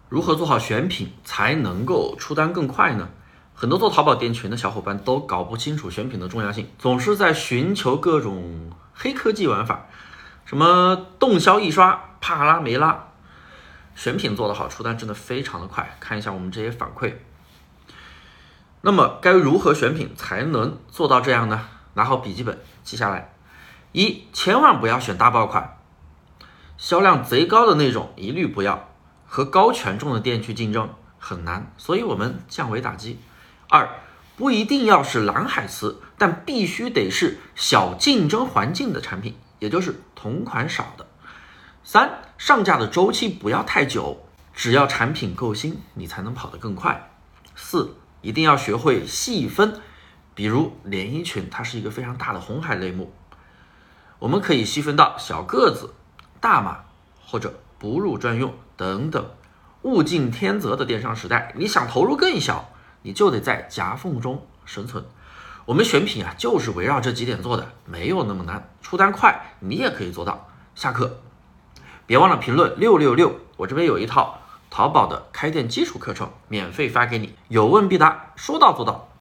如何做好选品才能够出单更快呢？很多做淘宝店群的小伙伴都搞不清楚选品的重要性，总是在寻求各种黑科技玩法，什么动销一刷，帕拉梅拉。选品做得好，出单真的非常的快。看一下我们这些反馈。那么该如何选品才能做到这样呢？拿好笔记本记下来。一，千万不要选大爆款，销量贼高的那种一律不要，和高权重的店去竞争很难，所以我们降维打击。二，不一定要是蓝海词，但必须得是小竞争环境的产品，也就是同款少的。三，上架的周期不要太久，只要产品够新，你才能跑得更快。四，一定要学会细分，比如连衣裙，它是一个非常大的红海类目，我们可以细分到小个子、大码或者哺乳专用等等。物竞天择的电商时代，你想投入更小，你就得在夹缝中生存。我们选品就是围绕这几点做的，没有那么难，出单快你也可以做到。下课别忘了评论666，我这边有一套淘宝的开店基础课程，免费发给你，有问必答，说到做到。